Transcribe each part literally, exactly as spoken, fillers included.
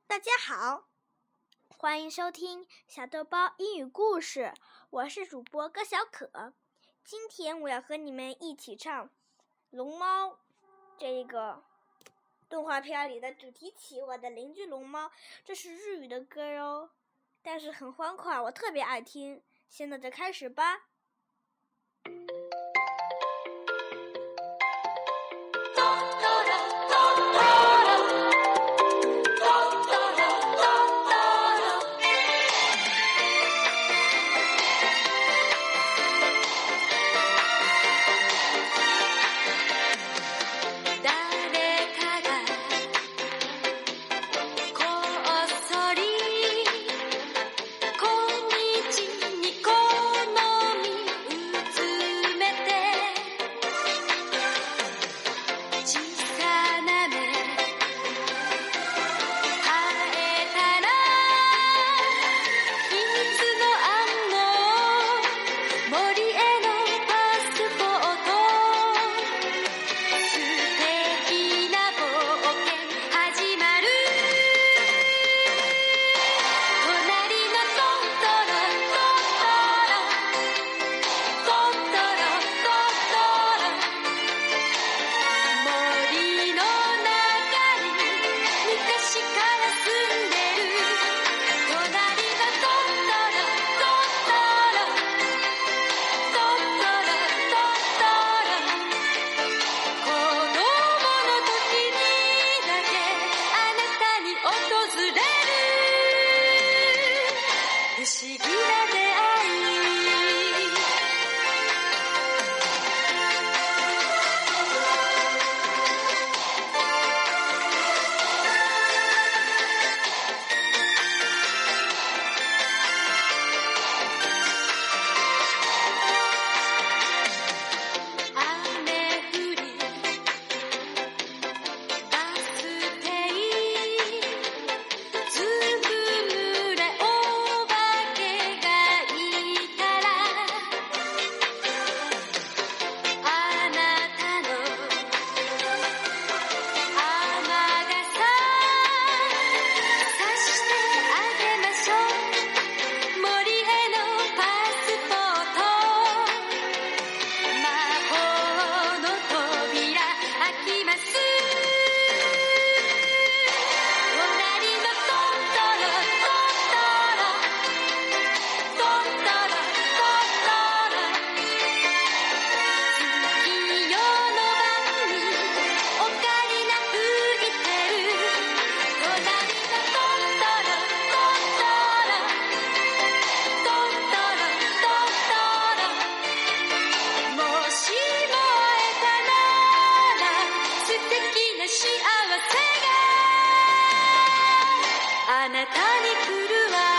大家好，欢迎收听小豆包英语故事，我是主播高小可。今天我要和你们一起唱《龙猫》这个动画片里的主题曲，我的邻居龙猫。这是日语的歌哦，但是很欢快，我特别爱听。现在就开始吧。 あなたに来るわ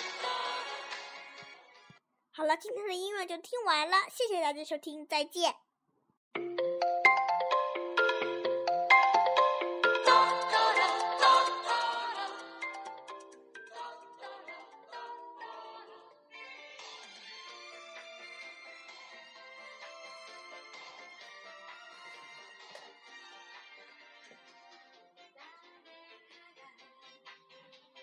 好了，今天的音乐就听完了，谢谢大家收听，再见。